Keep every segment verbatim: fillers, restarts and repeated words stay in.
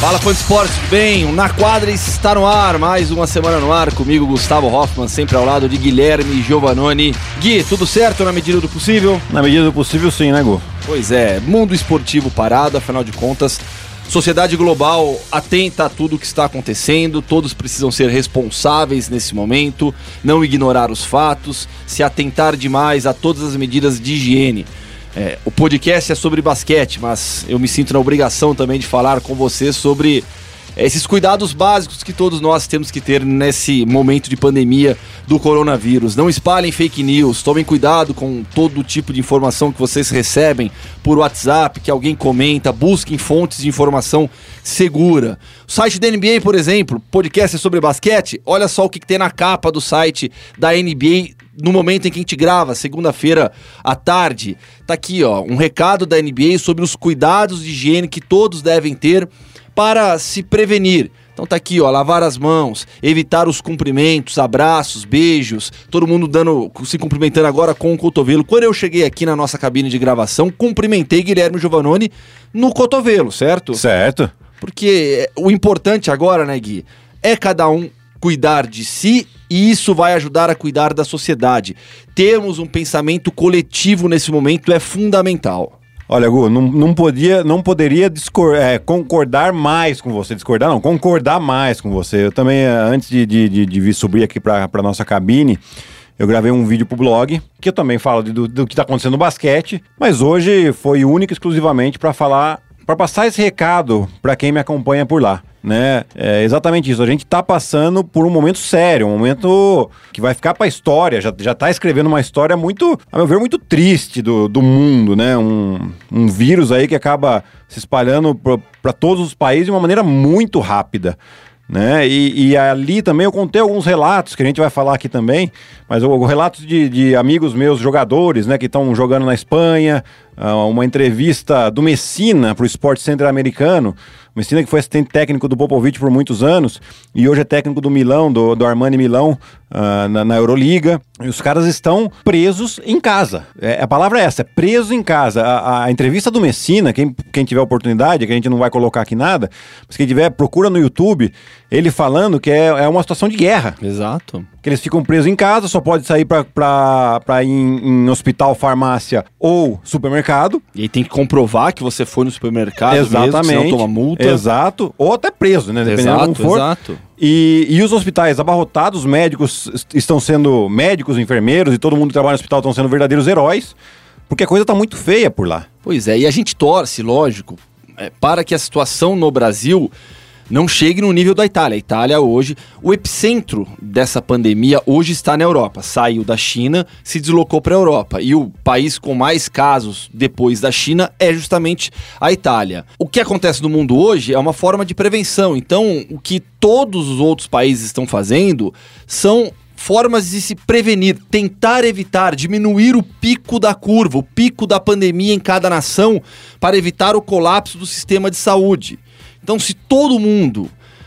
Fala, fã de esporte, tudo bem? O Na Quadra está no ar, mais uma semana no ar, comigo Gustavo Hoffman, sempre ao lado de Guilherme Giovannoni. Gui, tudo certo na medida do possível? Na medida do possível sim, né, Gu? Pois é, mundo esportivo parado, afinal de contas, sociedade global atenta a tudo o que está acontecendo, todos precisam ser responsáveis nesse momento, não ignorar os fatos, se atentar demais a todas as medidas de higiene. É, o podcast é sobre basquete, mas eu me sinto na obrigação também de falar com você sobre esses cuidados básicos que todos nós temos que ter nesse momento de pandemia do coronavírus. Não espalhem fake news, tomem cuidado com todo tipo de informação que vocês recebem por WhatsApp, que alguém comenta, busquem fontes de informação segura. O site da N B A, por exemplo, podcast é sobre basquete, olha só o que, que tem na capa do site da N B A no momento em que a gente grava, segunda-feira à tarde. Tá aqui, ó, um recado da N B A sobre os cuidados de higiene que todos devem ter para se prevenir. Então tá aqui, ó, lavar as mãos, evitar os cumprimentos, abraços, beijos, todo mundo dando, se cumprimentando agora com o cotovelo. Quando eu cheguei aqui na nossa cabine de gravação, cumprimentei Guilherme Giovannoni no cotovelo, certo? Certo. Porque o importante agora, né, Gui, é cada um cuidar de si, e isso vai ajudar a cuidar da sociedade. Termos um pensamento coletivo nesse momento é fundamental. Olha, Gu, não, não, podia, não poderia discor- é, concordar mais com você. Discordar não, concordar mais com você. Eu também, antes de, de, de, de vir subir aqui para a nossa cabine, eu gravei um vídeo pro blog, que eu também falo de, do, do que está acontecendo no basquete, mas hoje foi único e exclusivamente para falar, para passar esse recado para quem me acompanha por lá. Né? É exatamente isso, a gente tá passando por um momento sério, um momento que vai ficar pra história, já, já tá escrevendo uma história muito, a meu ver, muito triste do, do mundo, né? Um, um vírus aí que acaba se espalhando para todos os países de uma maneira muito rápida. Né? E, e ali também eu contei alguns relatos que a gente vai falar aqui também, mas o, relatos de, de amigos meus jogadores, né, que estão jogando na Espanha, uh, uma entrevista do Messina para o Sport Center americano. O Messina, que foi assistente técnico do Popovich por muitos anos e hoje é técnico do Milão, do, do Armani Milão, uh, na, na Euroliga. E os caras estão presos em casa. É, a palavra é essa, é preso em casa. A, a entrevista do Messina, quem, quem tiver oportunidade, que a gente não vai colocar aqui nada, mas quem tiver, procura no YouTube, ele falando que é, é uma situação de guerra. Exato. Que eles ficam presos em casa, só pode sair para ir em, em hospital, farmácia ou supermercado. E aí tem que comprovar que você foi no supermercado. Exatamente. Mesmo, senão toma multa. Exato. Ou até preso, né? Dependendo Exato, de como for. Exato. E, e os hospitais abarrotados, os médicos estão sendo médicos, enfermeiros e todo mundo que trabalha no hospital estão sendo verdadeiros heróis, porque a coisa está muito feia por lá. Pois é, e a gente torce, lógico, é, para que a situação no Brasil não chegue no nível da Itália. A Itália hoje, o epicentro dessa pandemia hoje está na Europa. Saiu da China, se deslocou para a Europa. E o país com mais casos depois da China é justamente a Itália. O que acontece no mundo hoje é uma forma de prevenção. Então, o que todos os outros países estão fazendo são formas de se prevenir, tentar evitar, diminuir o pico da curva, o pico da pandemia em cada nação, para evitar o colapso do sistema de saúde. Então, se todo mundo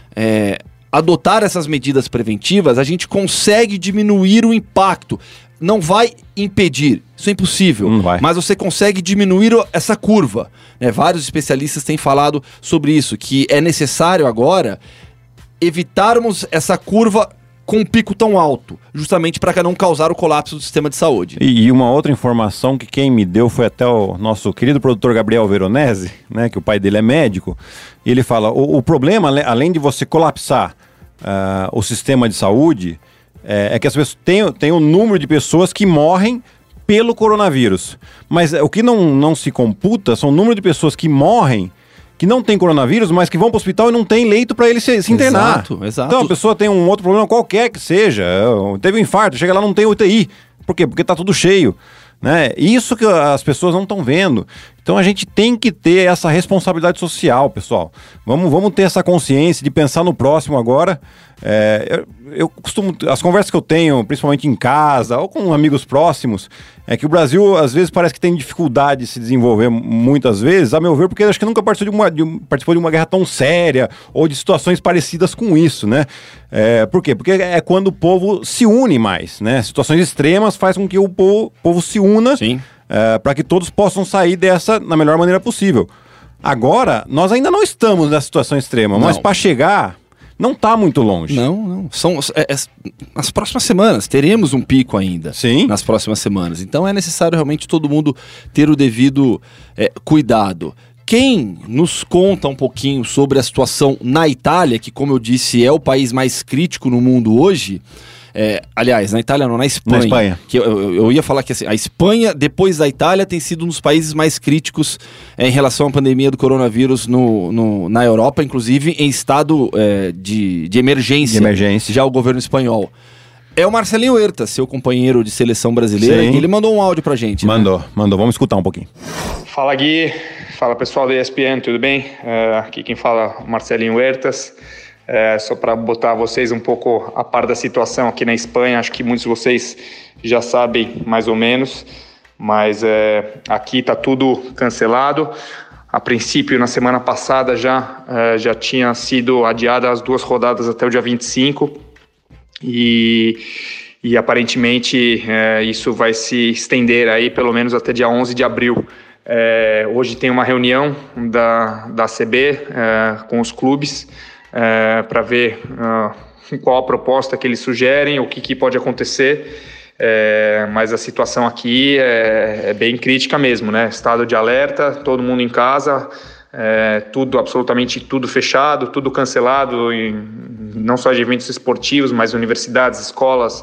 é, adotar essas medidas preventivas, a gente consegue diminuir o impacto. Não vai impedir, isso é impossível, Não vai. Mas você consegue diminuir essa curva. Né? Vários especialistas têm falado sobre isso, que é necessário agora evitarmos essa curva com um pico tão alto, justamente para não causar o colapso do sistema de saúde. E, e uma outra informação que quem me deu foi até o nosso querido produtor Gabriel Veronese, né, que o pai dele é médico, e ele fala, o, o problema, além de você colapsar uh, o sistema de saúde, é, é que as pessoas têm, têm um número de pessoas que morrem pelo coronavírus. Mas o que não, não se computa são o número de pessoas que morrem que não tem coronavírus, mas que vão para o hospital e não tem leito para ele se, se internar. Exato, exato. Então a pessoa tem um outro problema qualquer que seja, teve um infarto, chega lá não tem U T I. Por quê? Porque está tudo cheio. Né? Isso que as pessoas não estão vendo. Então a gente tem que ter essa responsabilidade social, pessoal. Vamos, vamos ter essa consciência de pensar no próximo agora. É, eu, eu costumo, as conversas que eu tenho, principalmente em casa ou com amigos próximos, é que o Brasil às vezes parece que tem dificuldade de se desenvolver muitas vezes, a meu ver, porque acho que nunca participou de uma, de um, participou de uma guerra tão séria ou de situações parecidas com isso, né? É, por quê? Porque é quando o povo se une mais, né? Situações extremas faz com que o povo, povo se una. Sim. É, para que todos possam sair dessa na melhor maneira possível. Agora, nós ainda não estamos nessa situação extrema, não. Mas para chegar, não está muito longe. Não, não. São, é, é, nas próximas semanas, teremos um pico ainda. Sim. Nas próximas semanas. Então é necessário realmente todo mundo ter o devido é, cuidado. Quem nos conta um pouquinho sobre a situação na Itália, que, como eu disse, é o país mais crítico no mundo hoje... É, aliás, na Itália não, na Espanha. Na Espanha. Que eu, eu, eu ia falar que assim, a Espanha, depois da Itália, tem sido um dos países mais críticos é, em relação à pandemia do coronavírus no, no, na Europa, inclusive em estado é, de, de emergência. De emergência. Já o governo espanhol. É o Marcelinho Huertas, seu companheiro de seleção brasileira, Sim. e ele mandou um áudio pra gente. Mandou, né? mandou. Vamos escutar um pouquinho. Fala, Gui. Fala, pessoal da E S P N, tudo bem? Uh, aqui quem fala é o Marcelinho Huertas. É, só para botar vocês um pouco a par da situação aqui na Espanha, acho que muitos de vocês já sabem mais ou menos, mas é, aqui está tudo cancelado. A princípio, na semana passada já, é, já tinha sido adiada as duas rodadas até o dia vinte e cinco e, e aparentemente é, isso vai se estender aí pelo menos até dia onze de abril. É, hoje tem uma reunião da, da A C B é, com os clubes, É, para ver uh, qual a proposta que eles sugerem, o que, que pode acontecer, é, mas a situação aqui é, é bem crítica mesmo, né? Estado de alerta, todo mundo em casa, é, tudo, absolutamente tudo fechado, tudo cancelado, em, não só de eventos esportivos, mas universidades, escolas,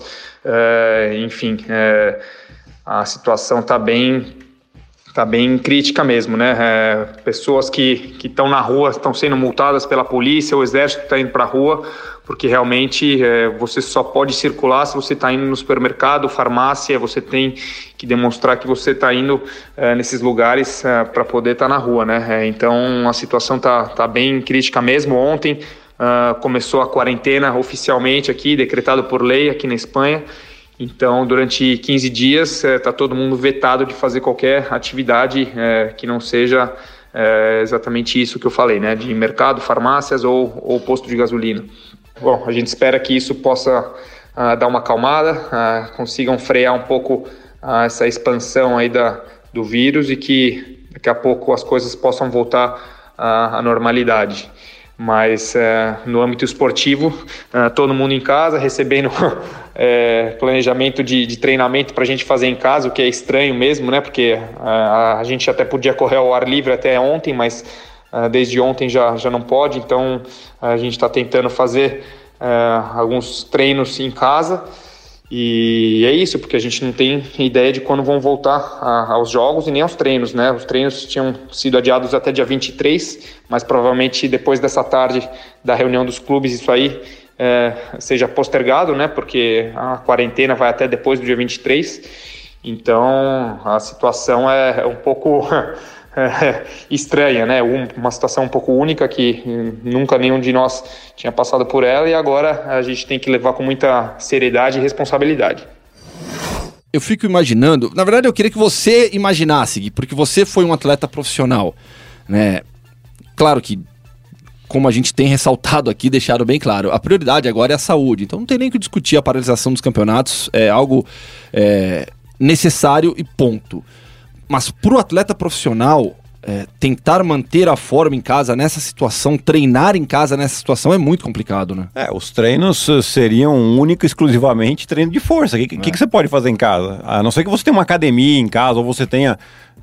é, enfim, é, a situação está bem... Está bem crítica mesmo, né? É, pessoas que estão na rua estão sendo multadas pela polícia, o exército está indo para a rua, porque realmente é, você só pode circular se você está indo no supermercado, farmácia, você tem que demonstrar que você está indo é, nesses lugares é, para poder estar tá na rua, né? É, então a situação está tá bem crítica mesmo. Ontem uh, começou a quarentena oficialmente aqui, decretado por lei aqui na Espanha. Então, durante quinze dias, está é, todo mundo vetado de fazer qualquer atividade é, que não seja é, exatamente isso que eu falei, né? De mercado, farmácias ou, ou posto de gasolina. Bom, a gente espera que isso possa uh, dar uma acalmada, uh, consigam frear um pouco uh, essa expansão aí da, do vírus e que daqui a pouco as coisas possam voltar uh, à normalidade. Mas é, no âmbito esportivo, é, todo mundo em casa, recebendo é, planejamento de, de treinamento para a gente fazer em casa, o que é estranho mesmo, né? Porque é, a, a gente até podia correr ao ar livre até ontem, mas é, desde ontem já, já não pode, então a gente está tentando fazer é, alguns treinos em casa. E é isso, porque a gente não tem ideia de quando vão voltar a, aos jogos e nem aos treinos, né? Os treinos tinham sido adiados até dia vinte e três, mas provavelmente depois dessa tarde da reunião dos clubes isso aí é, seja postergado, né? Porque a quarentena vai até depois do dia vinte e três. Então a situação é um pouco é, estranha, né? Uma situação um pouco única que nunca nenhum de nós tinha passado por ela e agora a gente tem que levar com muita seriedade e responsabilidade. Eu fico imaginando, na verdade eu queria que você imaginasse, Gui, porque você foi um atleta profissional, né? Claro que, como a gente tem ressaltado aqui, deixado bem claro, a prioridade agora é a saúde, então não tem nem que discutir a paralisação dos campeonatos, é algo é, necessário e ponto. Mas para o atleta profissional, é, tentar manter a forma em casa nessa situação, treinar em casa nessa situação é muito complicado, né? É, os treinos seriam único e exclusivamente treino de força. O que, é. que, que você pode fazer em casa? A não ser que você tenha uma academia em casa ou você tenha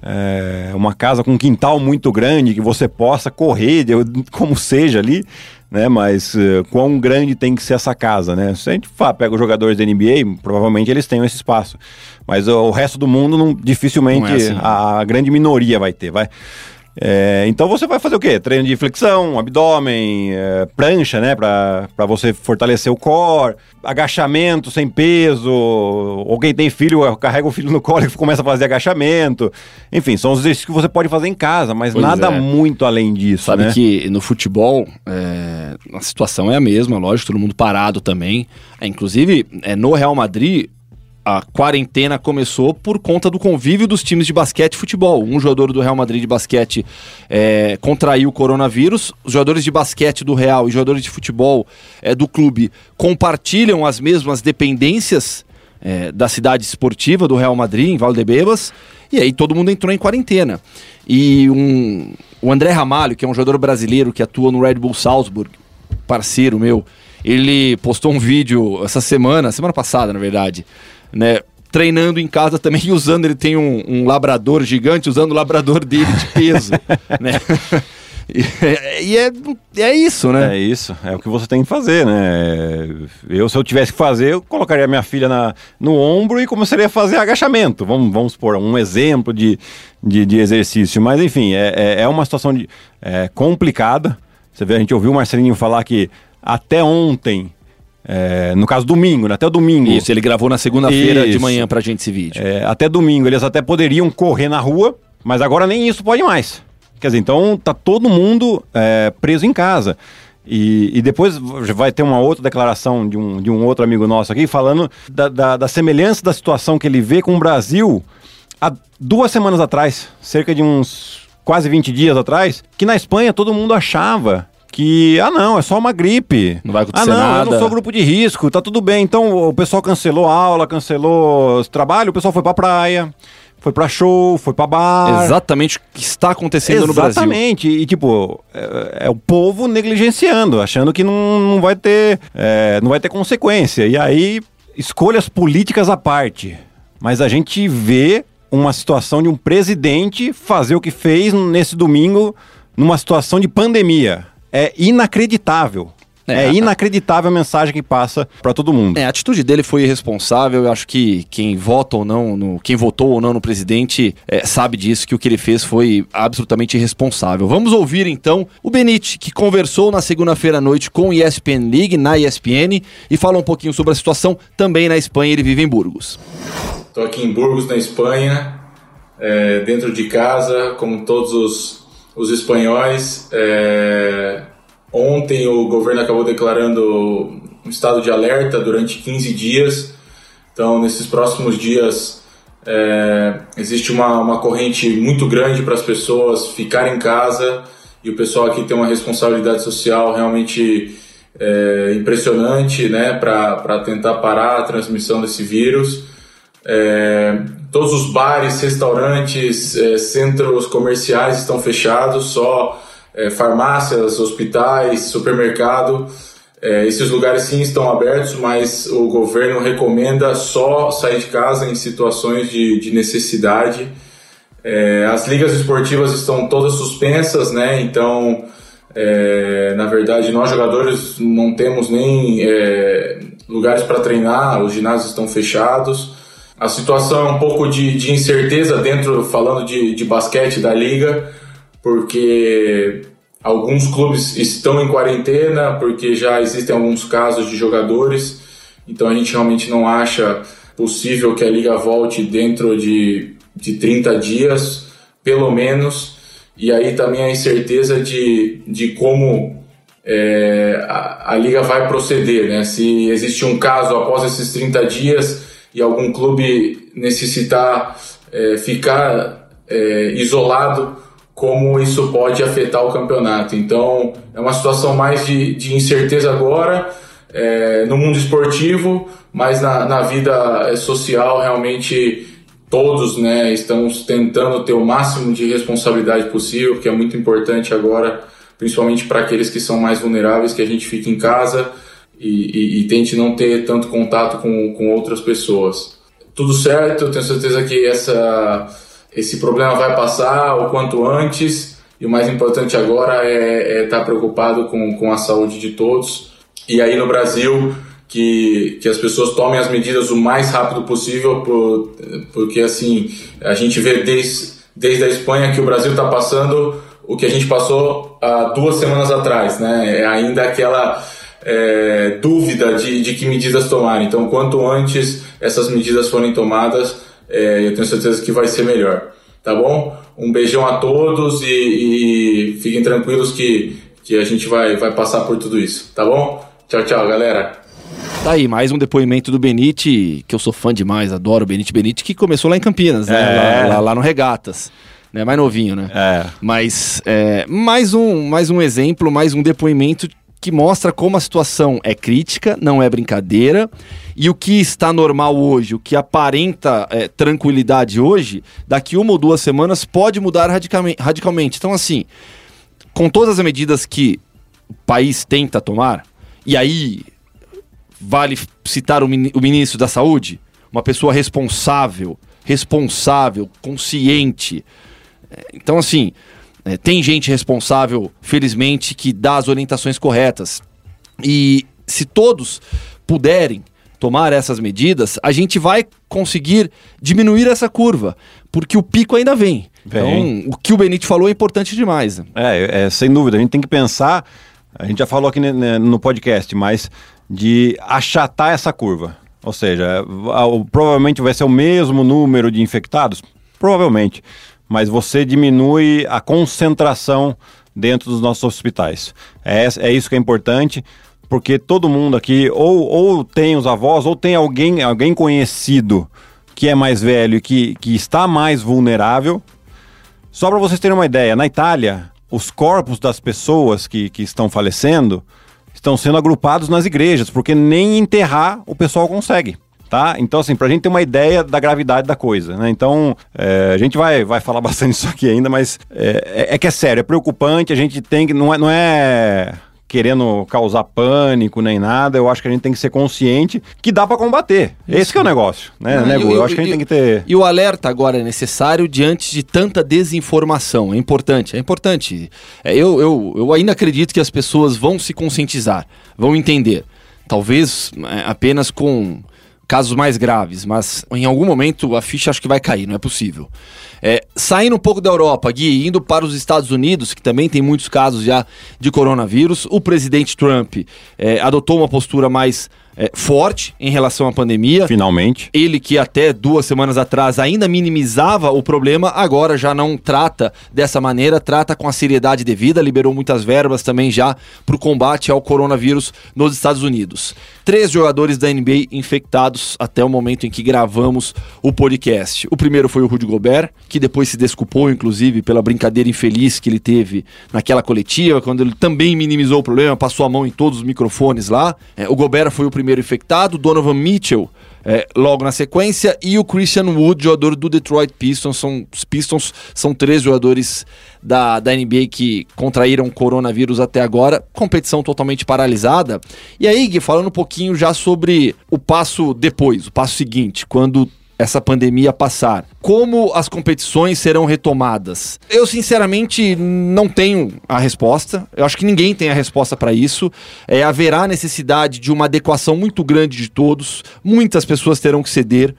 é, uma casa com um quintal muito grande que você possa correr, como seja ali, né? Mas uh, quão grande tem que ser essa casa, né? Se a gente fala, pega os jogadores da N B A, provavelmente eles tenham esse espaço. Mas uh, o resto do mundo, não, dificilmente, não é assim. a, a grande minoria vai ter, vai. É, então você vai fazer o quê? Treino de flexão, abdômen, é, prancha, né? Pra, pra você fortalecer o core, agachamento sem peso, ou quem tem filho, carrega o filho no colo e começa a fazer agachamento. Enfim, são os exercícios que você pode fazer em casa, mas pois nada é. muito além disso, Sabe né? que no futebol, é, a situação é a mesma, lógico, todo mundo parado também. É, inclusive, é, no Real Madrid, a quarentena começou por conta do convívio dos times de basquete e futebol. Um jogador do Real Madrid de basquete é, contraiu o coronavírus, os jogadores de basquete do Real e jogadores de futebol é, do clube compartilham as mesmas dependências é, da cidade esportiva do Real Madrid, em Valdebebas, e aí todo mundo entrou em quarentena. E um, o André Ramalho, que é um jogador brasileiro que atua no Red Bull Salzburg, parceiro meu, ele postou um vídeo essa semana, semana passada na verdade, né, treinando em casa também e usando, ele tem um, um labrador gigante, usando o labrador dele de peso, né? E é, é isso, né? É isso, é o que você tem que fazer, né? Eu, se eu tivesse que fazer, eu colocaria minha filha na, no ombro e começaria a fazer agachamento. Vamos, vamos supor, um exemplo de, de, de exercício. Mas, enfim, é, é, é uma situação de, é, complicada. Você vê, a gente ouviu o Marcelinho falar que até ontem, é, no caso domingo, né? Até o domingo. Isso, ele gravou na segunda-feira de manhã pra gente esse vídeo. É, até domingo, eles até poderiam correr na rua, mas agora nem isso pode mais. Quer dizer, então tá todo mundo é, preso em casa. E, e depois vai ter uma outra declaração de um, de um outro amigo nosso aqui, falando da, da, da semelhança da situação que ele vê com o Brasil há duas semanas atrás, cerca de uns quase vinte dias atrás, que na Espanha todo mundo achava que, ah não, é só uma gripe. Não vai acontecer ah, não, nada. Eu não sou grupo de risco, tá tudo bem. Então o pessoal cancelou a aula, cancelou trabalho, o pessoal foi pra praia. Foi pra show, foi pra bar. Exatamente o que está acontecendo no Brasil. Exatamente. E, tipo, é, é o povo negligenciando, achando que não, não vai ter, é, não vai ter consequência. E aí, escolhas políticas à parte. Mas a gente vê uma situação de um presidente fazer o que fez nesse domingo numa situação de pandemia. É inacreditável. É, é inacreditável a mensagem que passa para todo mundo. É, a atitude dele foi irresponsável. Eu acho que quem vota ou não, no, quem votou ou não no presidente é, sabe disso, que o que ele fez foi absolutamente irresponsável. Vamos ouvir então o Benite, que conversou na segunda-feira à noite com o E S P N League, na E S P N, e fala um pouquinho sobre a situação também na Espanha. Ele vive em Burgos. Estou aqui em Burgos, na Espanha, é, dentro de casa, como todos os, os espanhóis. É... Ontem o governo acabou declarando um estado de alerta durante quinze dias. Então, nesses próximos dias, é, existe uma, uma corrente muito grande para as pessoas ficarem em casa. E o pessoal aqui tem uma responsabilidade social realmente é, impressionante, né, para tentar parar a transmissão desse vírus. É, todos os bares, restaurantes, é, centros comerciais estão fechados, só... É, farmácias, hospitais, supermercado, é, esses lugares sim estão abertos, mas o governo recomenda só sair de casa em situações de, de necessidade. É, as ligas esportivas estão todas suspensas, né? Então, é, na verdade, nós jogadores não temos nem é, lugares para treinar, os ginásios estão fechados. A situação é um pouco de, de incerteza dentro, falando de, de basquete da liga, porque alguns clubes estão em quarentena, porque já existem alguns casos de jogadores, então a gente realmente não acha possível que a liga volte dentro de, de trinta dias, pelo menos, e aí também a incerteza de, de como é, a, a liga vai proceder, né? Se existe um caso após esses trinta dias e algum clube necessitar é, ficar é, isolado, como isso pode afetar o campeonato. Então, é uma situação mais de, de incerteza agora, é, no mundo esportivo, mas na, na vida social, realmente, todos, né, estamos tentando ter o máximo de responsabilidade possível, que é muito importante agora, principalmente para aqueles que são mais vulneráveis, que a gente fique em casa e, e, e tente não ter tanto contato com, com outras pessoas. Tudo certo, eu tenho certeza que essa... esse problema vai passar o quanto antes, e o mais importante agora é estar preocupado com, com a saúde de todos. E aí no Brasil, que, que as pessoas tomem as medidas o mais rápido possível, por, porque assim, a gente vê desde, desde a Espanha que o Brasil está passando o que a gente passou há duas semanas atrás, né? É ainda aquela é, dúvida de, de que medidas tomar. Então, quanto antes essas medidas forem tomadas, É, eu tenho certeza que vai ser melhor, tá bom? Um beijão a todos e, e fiquem tranquilos que, que a gente vai, vai passar por tudo isso, tá bom? Tchau, tchau, galera. Tá aí, mais um depoimento do Benite, que eu sou fã demais, adoro o Benite Benite, que começou lá em Campinas, né? É. Lá, lá, lá no Regatas. Né? Mais novinho, né? É. Mas é, mais, um, mais um exemplo, mais um depoimento que mostra como a situação é crítica, não é brincadeira, e o que está normal hoje, o que aparenta é, tranquilidade hoje, daqui uma ou duas semanas pode mudar radicalmente. Então, assim, com todas as medidas que o país tenta tomar, e aí vale citar o, min- o ministro da Saúde, uma pessoa responsável, responsável, consciente. Então, assim... É, tem gente responsável, felizmente, que dá as orientações corretas. E se todos puderem tomar essas medidas, a gente vai conseguir diminuir essa curva, porque o pico ainda vem. vem. Então, o que o Benite falou é importante demais. É, é, sem dúvida, a gente tem que pensar, a gente já falou aqui no, no podcast, mas de achatar essa curva. Ou seja, provavelmente vai ser o mesmo número de infectados? Provavelmente. Mas você diminui a concentração dentro dos nossos hospitais. É, é isso que é importante, porque todo mundo aqui ou, ou tem os avós, ou tem alguém, alguém conhecido que é mais velho e que, que está mais vulnerável. Só para vocês terem uma ideia, na Itália, os corpos das pessoas que, que estão falecendo estão sendo agrupados nas igrejas, porque nem enterrar o pessoal consegue. Tá? Então, assim, pra gente ter uma ideia da gravidade da coisa, né? Então, é, a gente vai, vai falar bastante disso aqui ainda, mas é, é, é que é sério, é preocupante, a gente tem que, não é, não é querendo causar pânico nem nada, eu acho que a gente tem que ser consciente que dá pra combater. Isso. Esse que é o negócio, né, ah, né Gu? Eu, eu acho que a gente eu, tem que ter... E o alerta agora é necessário diante de tanta desinformação, é importante, é importante. É, eu, eu, eu ainda acredito que as pessoas vão se conscientizar, vão entender, talvez é, apenas com... casos mais graves, mas em algum momento a ficha acho que vai cair, não é possível. É, saindo um pouco da Europa, Gui, indo para os Estados Unidos, que também tem muitos casos já de coronavírus, o presidente Trump é, adotou uma postura mais é, forte em relação à pandemia. Finalmente. Ele que até duas semanas atrás ainda minimizava o problema, agora já não trata dessa maneira, trata com a seriedade devida, liberou muitas verbas também já para o combate ao coronavírus nos Estados Unidos. Três jogadores da N B A infectados até o momento em que gravamos o podcast. O primeiro foi o Rudy Gobert, que depois se desculpou, inclusive, pela brincadeira infeliz que ele teve naquela coletiva, quando ele também minimizou o problema, passou a mão em todos os microfones lá. É, o Gobert foi o primeiro infectado, Donovan Mitchell é, logo na sequência, e o Christian Wood, jogador do Detroit Pistons. São, os Pistons são três jogadores da, da N B A que contraíram coronavírus até agora, competição totalmente paralisada. E aí, Gui, falando um pouquinho já sobre o passo depois, o passo seguinte, quando essa pandemia passar. Como as competições serão retomadas? Eu, sinceramente, não tenho a resposta. Eu acho que ninguém tem a resposta para isso. É, haverá necessidade de uma adequação muito grande de todos. Muitas pessoas terão que ceder,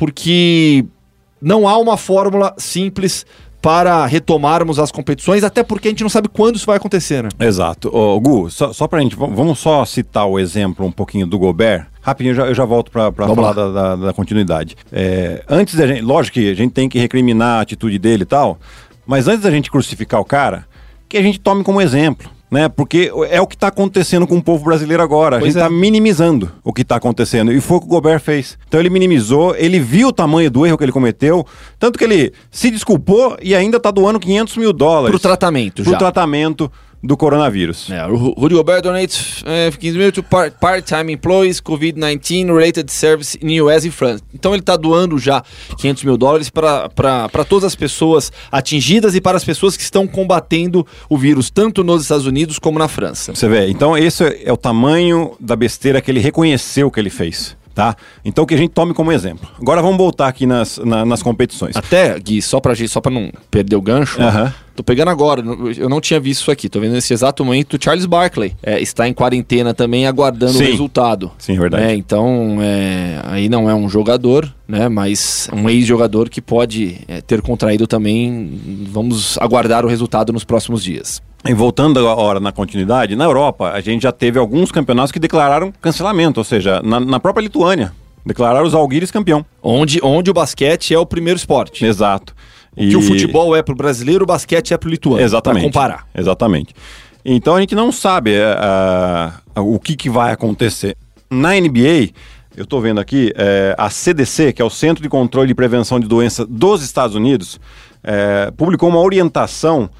porque não há uma fórmula simples para retomarmos as competições, até porque a gente não sabe quando isso vai acontecer, né? Exato. Ô, Gu, só, só pra gente, vamos só citar o exemplo um pouquinho do Gobert. Rapidinho, eu já, eu já volto para falar da, da, da continuidade. É, antes da gente, lógico que a gente tem que recriminar a atitude dele e tal, mas antes da gente crucificar o cara, que a gente tome como exemplo, né? Porque é o que está acontecendo com o povo brasileiro agora. A pois gente está é. minimizando o que está acontecendo. E foi o que o Gobert fez. Então ele minimizou, ele viu o tamanho do erro que ele cometeu, tanto que ele se desculpou e ainda está doando quinhentos mil dólares. Pro tratamento pro já. Pro tratamento do coronavírus. É, o Rudy Gobert donates uh, quinze mil to part-time employees, covid nineteen related service in U S e France. Então ele está doando já quinhentos mil dólares para todas as pessoas atingidas e para as pessoas que estão combatendo o vírus, tanto nos Estados Unidos como na França. Você vê, então esse é o tamanho da besteira que ele reconheceu que ele fez. Tá? Então que a gente tome como exemplo. Agora vamos voltar aqui nas, na, nas competições. Até, Gui, só pra, só pra não perder o gancho, uh-huh. tô pegando agora, eu não tinha visto isso aqui, tô vendo nesse exato momento o Charles Barkley é, está em quarentena também aguardando Sim. o resultado. Sim, verdade. É, então, é, aí não é um jogador, né, mas um ex-jogador que pode é, ter contraído também. Vamos aguardar o resultado nos próximos dias. E voltando agora na continuidade, na Europa a gente já teve alguns campeonatos que declararam cancelamento, ou seja, na, na própria Lituânia, declararam os Žalgiris campeão. Onde, onde o basquete é o primeiro esporte. Exato. O e... que o futebol é pro brasileiro, o basquete é pro lituano. Exatamente. Para comparar. Exatamente. Então a gente não sabe uh, uh, o que, que vai acontecer. Na N B A, eu estou vendo aqui, uh, a C D C, que é o Centro de Controle e Prevenção de Doenças dos Estados Unidos, uh, publicou uma orientação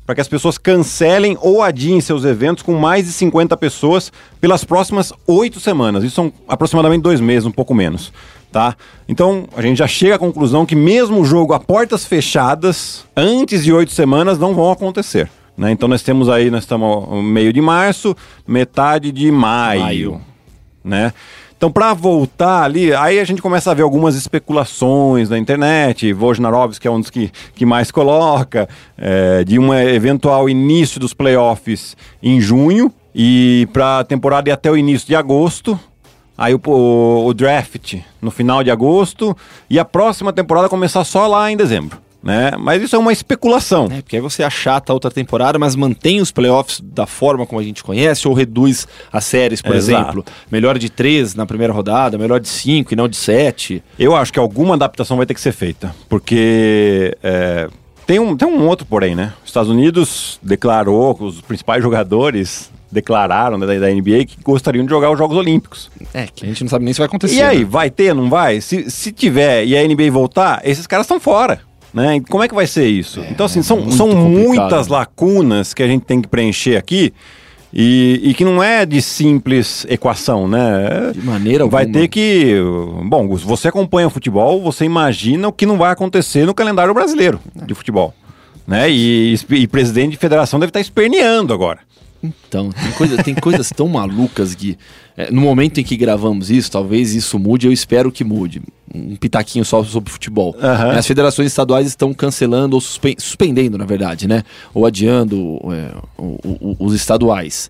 para que as pessoas cancelem ou adiem seus eventos com mais de cinquenta pessoas pelas próximas oito semanas. Isso são aproximadamente dois meses, um pouco menos, tá? Então, a gente já chega à conclusão que mesmo o jogo a portas fechadas, antes de oito semanas, não vão acontecer, né? Então, nós temos aí, nós estamos no meio de março, metade de maio, maio. né? Então, para voltar ali, aí a gente começa a ver algumas especulações na internet. Wojnarowski, que é um dos que, que mais coloca, é, de um eventual início dos playoffs em junho e para a temporada ir até o início de agosto. Aí o, o, o draft no final de agosto e a próxima temporada começar só lá em dezembro. Né? Mas isso é uma especulação. É, porque aí você achata a outra temporada, mas mantém os playoffs da forma como a gente conhece ou reduz as séries, por Exato. exemplo. Melhor de três na primeira rodada, melhor de cinco e não de sete. Eu acho que alguma adaptação vai ter que ser feita, porque é, tem, um, tem um outro porém, né? Os Estados Unidos declarou, os principais jogadores declararam né, da, da N B A que gostariam de jogar os Jogos Olímpicos. É, que a gente não sabe nem se vai acontecer. E aí, né? vai ter, não vai? Se, se tiver e a N B A voltar, esses caras estão fora. Né? Como é que vai ser isso? É, então, assim, são, são muitas lacunas que a gente tem que preencher aqui e, e que não é de simples equação, né? De maneira alguma. Vai ter que... Bom, se você acompanha o futebol, você imagina o que não vai acontecer no calendário brasileiro de futebol. Né? E, e presidente de federação deve estar esperneando agora. Então, tem, coisa, tem coisas tão malucas que, é, no momento em que gravamos isso, talvez isso mude, eu espero que mude. Um pitaquinho só sobre futebol. Uhum. As federações estaduais estão cancelando ou suspe- suspendendo, na verdade, né? Ou adiando é, o, o, os estaduais.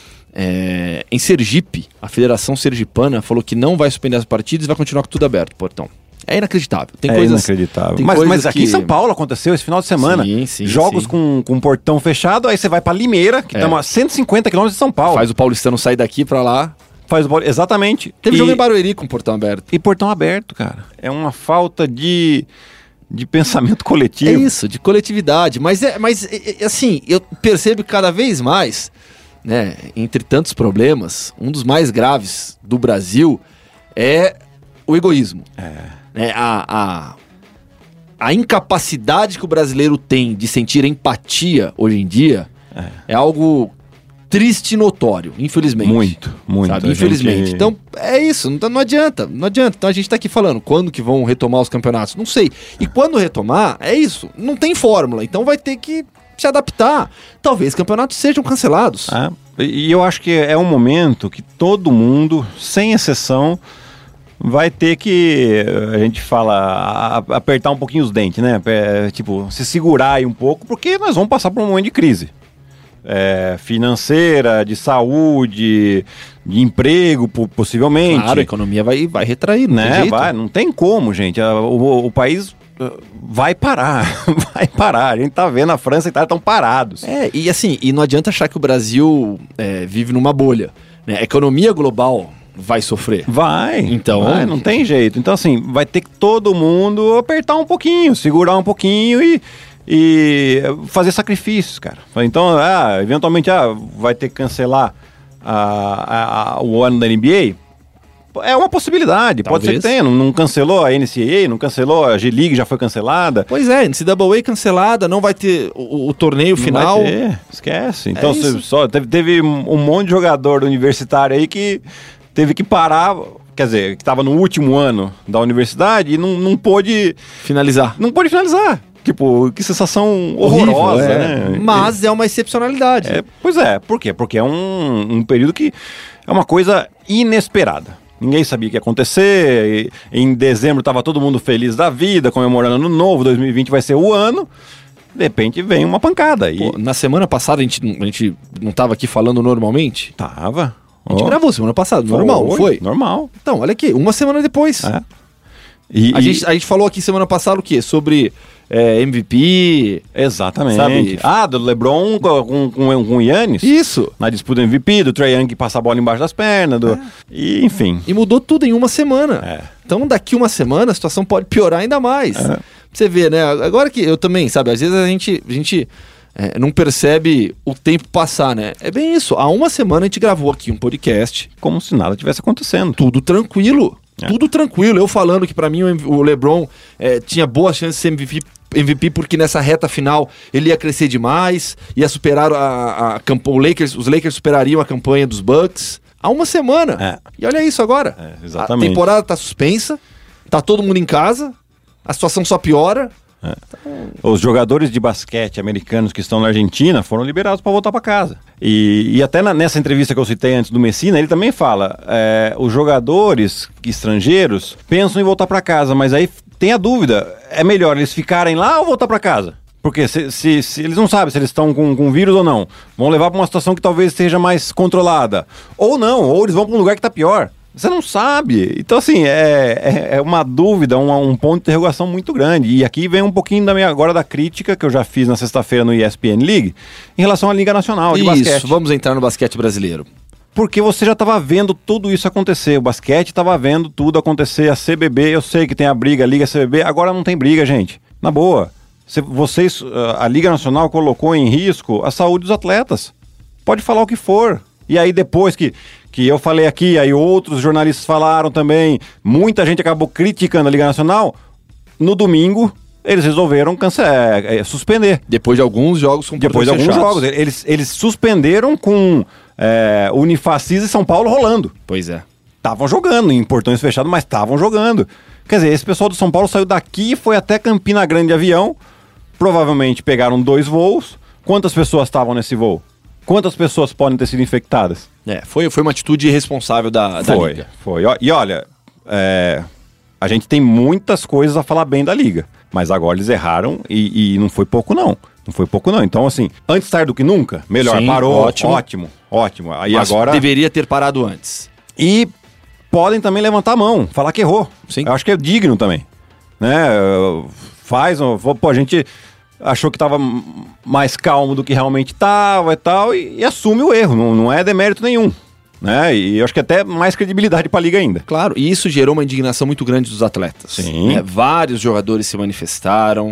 É, em Sergipe, a Federação Sergipana falou que não vai suspender as partidas e vai continuar com tudo aberto, portão. É inacreditável. Tem é coisas, inacreditável. Tem mas, coisas mas aqui que... em São Paulo aconteceu esse final de semana. Sim, sim, Jogos sim. Com, com portão fechado, aí você vai pra Limeira, que É. tá a cento e cinquenta quilômetros de São Paulo. Faz o paulistano sair daqui pra lá. Faz o Pauli- Exatamente. Teve e... jogo em Barueri com portão aberto. E portão aberto, cara. É uma falta de, de pensamento coletivo. É isso, de coletividade. Mas, é, mas é, é, assim, eu percebo que cada vez mais, né, entre tantos problemas, um dos mais graves do Brasil é o egoísmo. É. Né, a, a, a incapacidade que o brasileiro tem de sentir empatia hoje em dia é, é algo triste e notório, infelizmente. Muito, muito. Sabe? Infelizmente. Gente... Então, é isso, não, não adianta, não adianta. Então a gente tá aqui falando, quando que vão retomar os campeonatos? Não sei. E quando retomar, é isso, não tem fórmula, então vai ter que se adaptar. Talvez campeonatos sejam cancelados. Ah, e eu acho que é um momento que todo mundo, sem exceção, vai ter que, a gente fala, a, apertar um pouquinho os dentes, né? É, tipo, se segurar aí um pouco, porque nós vamos passar por um momento de crise. É, financeira, de saúde, de emprego, possivelmente. Claro, a economia vai, vai retrair, não né? tem jeito. Vai, não tem como, gente. O, o país vai parar, vai parar. A gente tá vendo a França e a Itália estão parados. É, e assim, e não adianta achar que o Brasil é, vive numa bolha. Né? A economia global vai sofrer. Vai, então vai, não tem jeito. Então, assim, vai ter que todo mundo apertar um pouquinho, segurar um pouquinho e, e fazer sacrifícios, cara. Então, ah, eventualmente, ah, vai ter que cancelar a, a, a, o ano da N B A. É uma possibilidade, Talvez. Pode ser que tenha. Não, não cancelou a N C A A, não cancelou a G-League, já foi cancelada. Pois é, N C A A cancelada, não vai ter o, o torneio Não final. vai ter, esquece. Então, É isso. só, teve, teve um monte de jogador universitário aí que teve que parar, quer dizer, que estava no último ano da universidade e não, não pôde Finalizar. não pôde finalizar. Tipo, que sensação horrorosa, Horrível, é. né? Mas é uma excepcionalidade. É, pois é, por quê? Porque é um, um período que é uma coisa inesperada. Ninguém sabia o que ia acontecer. E, em dezembro estava todo mundo feliz da vida, comemorando ano novo, dois mil e vinte vai ser o ano. De repente vem uma pancada. E... Pô, na semana passada a gente, não- a gente não tava aqui falando normalmente? Tava. A gente Ó, gravou semana passada, normal, não foi? Normal. Então, olha aqui, uma semana depois. É. E, A, e- gente, a gente falou aqui semana passada o quê? Sobre é, M V P. Exatamente. Sabe? Ah, do LeBron com, com, com, com o Giannis. Isso. Na disputa M V P, do Trae Young que passa a bola embaixo das pernas. Do... E, enfim. E mudou tudo em uma semana. É. Então, daqui uma semana, a situação pode piorar ainda mais. É. Pra você ver, né? Agora que eu também, sabe? Às vezes a gente, a gente é, não percebe o tempo passar, né? É bem isso. Há uma semana a gente gravou aqui um podcast. Como se nada tivesse acontecendo. Tudo tranquilo. É. Tudo tranquilo. Eu falando que pra mim o M- o LeBron é, tinha boas chances de ser M V P M V P porque nessa reta final ele ia crescer demais, ia superar a, a campanha, o Lakers, os Lakers superariam a campanha dos Bucks há uma semana. É. E olha isso agora. É, exatamente. A temporada tá suspensa, tá todo mundo em casa, a situação só piora. É. Os jogadores de basquete americanos que estão na Argentina foram liberados para voltar para casa. E, e até na, nessa entrevista que eu citei antes do Messina, ele também fala: é, os jogadores estrangeiros pensam em voltar para casa, mas aí tem a dúvida: é melhor eles ficarem lá ou voltar para casa? Porque se, se, se eles não sabem se eles estão com, com vírus ou não, vão levar para uma situação que talvez esteja mais controlada. Ou não, ou eles vão para um lugar que está pior. Você não sabe. Então, assim, é, é, é uma dúvida, um, um ponto de interrogação muito grande. E aqui vem um pouquinho da minha, agora da crítica que eu já fiz na sexta-feira no E S P N League em relação à Liga Nacional de isso, Basquete. Isso, vamos entrar no basquete brasileiro. Porque você já estava vendo tudo isso acontecer. O basquete estava vendo tudo acontecer. A C B B, eu sei que tem a briga, a Liga C B B. Agora não tem briga, gente. Na boa. Se vocês, a Liga Nacional colocou em risco a saúde dos atletas. Pode falar o que for. E aí depois que... que eu falei aqui, aí outros jornalistas falaram também, muita gente acabou criticando a Liga Nacional, no domingo eles resolveram cancelar, é, é, suspender. Depois de alguns jogos com Depois de alguns fechados. jogos, eles, eles suspenderam com é, Unifacis e São Paulo rolando. Pois é. Estavam jogando, em portões fechados, mas estavam jogando. Quer dizer, esse pessoal do São Paulo saiu daqui e foi até Campina Grande de avião, provavelmente pegaram dois voos. Quantas pessoas estavam nesse voo? Quantas pessoas podem ter sido infectadas? É, foi, foi uma atitude irresponsável da, da foi, Liga. Foi, E olha, é, a gente tem muitas coisas a falar bem da Liga, mas agora eles erraram e, e não foi pouco não. Não foi pouco não. Então, assim, antes tarde do que nunca, melhor, Sim, parou, ótimo. ótimo, ótimo. Aí mas agora... deveria ter parado antes. E podem também levantar a mão, falar que errou. Sim. Eu acho que é digno também. Né? Faz, pô, a gente... achou que estava mais calmo do que realmente estava e tal, e, e assume o erro, não, não é demérito nenhum, né? E eu acho que até mais credibilidade para a Liga ainda. Claro, e isso gerou uma indignação muito grande dos atletas. Sim. É, vários jogadores se manifestaram,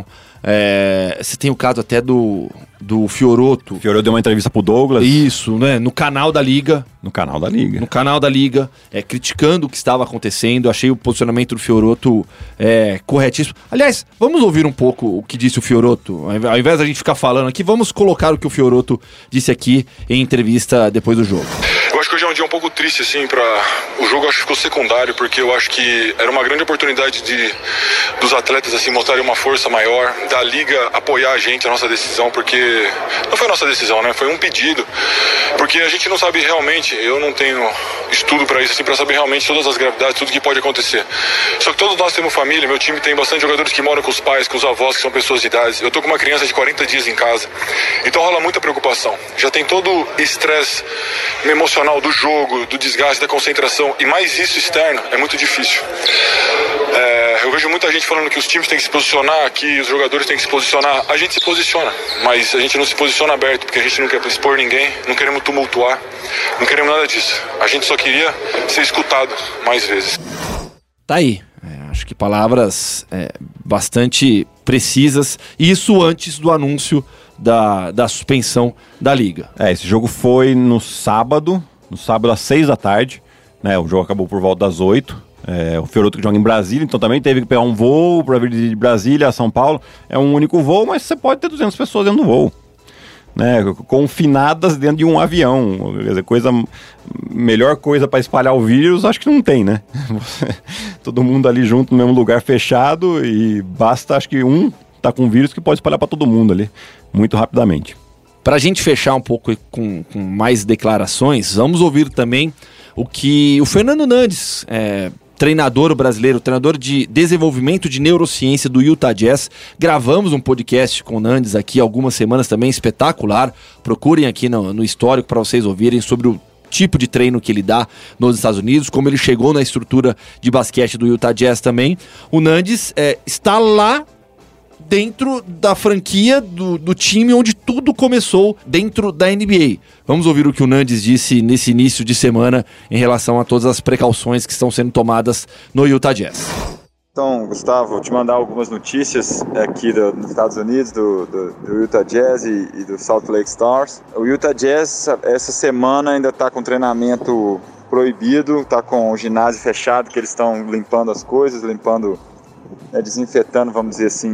é, você tem o caso até do, do Fioroto. O Fioroto deu uma entrevista pro Douglas. Isso, né? No canal da Liga. No canal da Liga. No canal da Liga, é, criticando o que estava acontecendo. Achei o posicionamento do Fioroto é, corretíssimo. Aliás, vamos ouvir um pouco o que disse o Fioroto. Ao invés da gente ficar falando aqui, vamos colocar o que o Fioroto disse aqui em entrevista depois do jogo. Eu acho que hoje é um dia um pouco triste, assim, para o jogo. Acho que ficou secundário, porque eu acho que era uma grande oportunidade de dos atletas, assim, mostrarem uma força maior, da Liga apoiar a gente, a nossa decisão, porque não foi a nossa decisão, né? Foi um pedido, porque a gente não sabe realmente, eu não tenho estudo para isso, assim, para saber realmente todas as gravidades, tudo que pode acontecer. Só que todos nós temos família, meu time tem bastante jogadores que moram com os pais, com os avós, que são pessoas de idade. Eu tô com uma criança de quarenta dias em casa, então rola muita preocupação. Já tem todo o estresse emocional do jogo, do desgaste, da concentração, e mais isso externo é muito difícil. É, eu vejo muita gente falando que os times têm que se posicionar, que os jogadores têm que se posicionar. A gente se posiciona, mas a gente não se posiciona aberto, porque a gente não quer expor ninguém, não queremos tumultuar, não queremos nada disso. A gente só queria ser escutado mais vezes. Tá aí. É, acho que palavras é, bastante precisas. Isso antes do anúncio da, da suspensão da Liga. É, esse jogo foi no sábado, no sábado às seis da tarde, né? O jogo acabou por volta das oito. É, o Fioroto que joga em Brasília, então também teve que pegar um voo para vir de Brasília a São Paulo. É um único voo, mas você pode ter duzentas pessoas dentro do voo, né? Confinadas dentro de um avião. Quer dizer, coisa, melhor coisa para espalhar o vírus, acho que não tem, né? Todo mundo ali junto no mesmo lugar fechado e basta, acho que um tá com vírus que pode espalhar para todo mundo ali, muito rapidamente. Para a gente fechar um pouco com, com mais declarações, vamos ouvir também o que o Fernando Nandes, é, treinador brasileiro, treinador de desenvolvimento de neurociência do Utah Jazz. Gravamos um podcast com o Nandes aqui há algumas semanas também, espetacular. Procurem aqui no, no histórico para vocês ouvirem sobre o tipo de treino que ele dá nos Estados Unidos, como ele chegou na estrutura de basquete do Utah Jazz também. O Nandes é, está lá dentro da franquia do, do time onde tudo começou dentro da N B A. Vamos ouvir o que o Nandes disse nesse início de semana em relação a todas as precauções que estão sendo tomadas no Utah Jazz. Então, Gustavo, vou te mandar algumas notícias aqui do, dos Estados Unidos, do, do, do Utah Jazz e, e do Salt Lake Stars. O Utah Jazz, essa semana, ainda está com treinamento proibido, está com o ginásio fechado, que eles estão limpando as coisas, limpando, né, desinfetando, vamos dizer assim,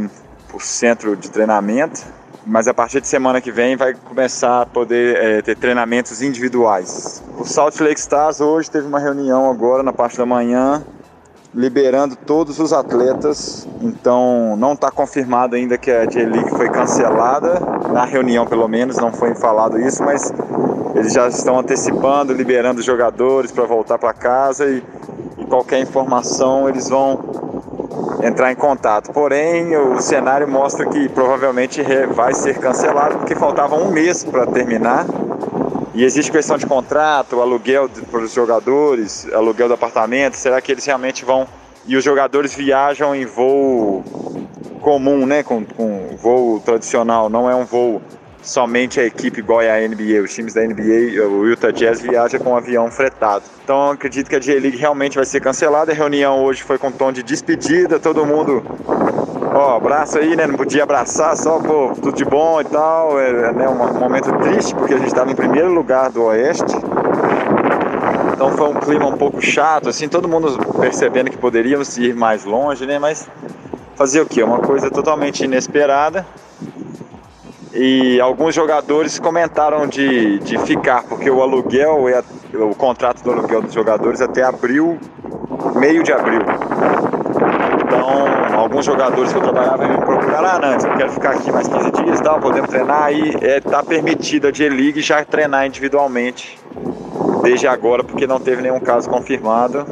o centro de treinamento, mas a partir de semana que vem vai começar a poder é, ter treinamentos individuais. O Salt Lake Stars hoje teve uma reunião agora na parte da manhã, liberando todos os atletas, então não está confirmado ainda que a J-League foi cancelada, na reunião pelo menos não foi falado isso, mas eles já estão antecipando, liberando os jogadores para voltar para casa e, e qualquer informação eles vão entrar em contato. Porém, o cenário mostra que provavelmente vai ser cancelado porque faltava um mês para terminar e existe questão de contrato, aluguel para os jogadores, aluguel do apartamento. Será que eles realmente vão... E os jogadores viajam em voo comum, né? Com, com voo tradicional, não é um voo somente a equipe igual é a N B A. Os times da N B A, o Utah Jazz viaja com um avião fretado. Então eu acredito que a J-League realmente vai ser cancelada. A reunião hoje foi com tom de despedida, todo mundo, ó, abraço aí, né? Não podia abraçar, só, pô, tudo de bom e tal. É, né, um momento triste, porque a gente estava em primeiro lugar do Oeste. Então foi um clima um pouco chato, assim, todo mundo percebendo que poderíamos ir mais longe, né? Mas fazer o quê? Uma coisa totalmente inesperada. E alguns jogadores comentaram de, de ficar, porque o aluguel, é, o contrato do aluguel dos jogadores até abril, meio de abril. Então, alguns jogadores que eu trabalhava me procuraram, ah, Nantes, eu quero ficar aqui mais quinze dias e tal, podemos treinar. Aí está é, permitido a J-League já treinar individualmente, desde agora, porque não teve nenhum caso confirmado,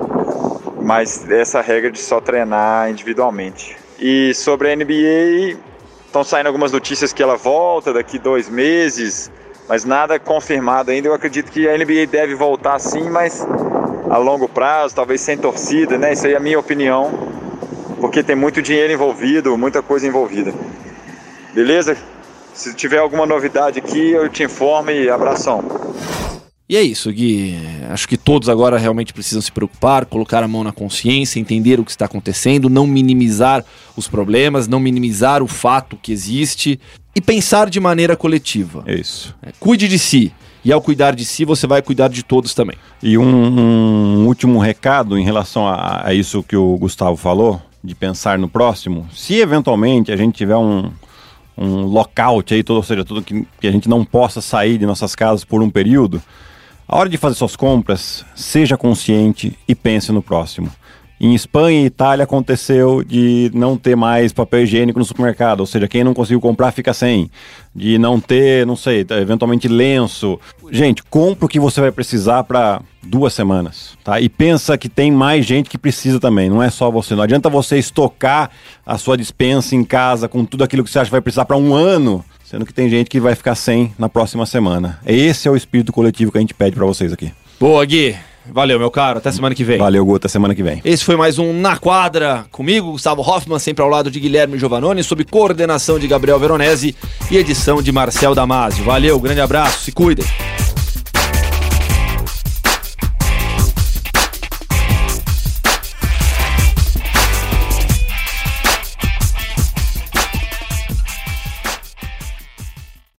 mas essa regra de só treinar individualmente. E sobre a N B A... Estão saindo algumas notícias que ela volta daqui dois meses, mas nada confirmado ainda. Eu acredito que a N B A deve voltar sim, mas a longo prazo, talvez sem torcida, né? Isso aí é a minha opinião, porque tem muito dinheiro envolvido, muita coisa envolvida. Beleza? Se tiver alguma novidade aqui, eu te informo e abração. E é isso, Gui. Acho que todos agora realmente precisam se preocupar, colocar a mão na consciência, entender o que está acontecendo, não minimizar os problemas, não minimizar o fato que existe e pensar de maneira coletiva. É isso. É, cuide de si. E ao cuidar de si, você vai cuidar de todos também. E um, um último recado em relação a, a isso que o Gustavo falou, de pensar no próximo. Se eventualmente a gente tiver um... um lockout aí, todo, ou seja, tudo que, que a gente não possa sair de nossas casas por um período, a hora de fazer suas compras, seja consciente e pense no próximo. Em Espanha e Itália aconteceu de não ter mais papel higiênico no supermercado, ou seja, quem não conseguiu comprar fica sem. De não ter, não sei, eventualmente lenço. Gente, compra o que você vai precisar para duas semanas, tá? E pensa que tem mais gente que precisa também, não é só você. Não adianta você estocar a sua despensa em casa com tudo aquilo que você acha que vai precisar para um ano, sendo que tem gente que vai ficar sem na próxima semana. Esse é o espírito coletivo que a gente pede para vocês aqui. Boa, Gui. Valeu, meu caro. Até semana que vem. Valeu, Gu. Até semana que vem. Esse foi mais um Na Quadra comigo, Gustavo Hoffman, sempre ao lado de Guilherme Giovannoni, sob coordenação de Gabriel Veronese e edição de Marcel Damasio. Valeu, grande abraço, se cuidem.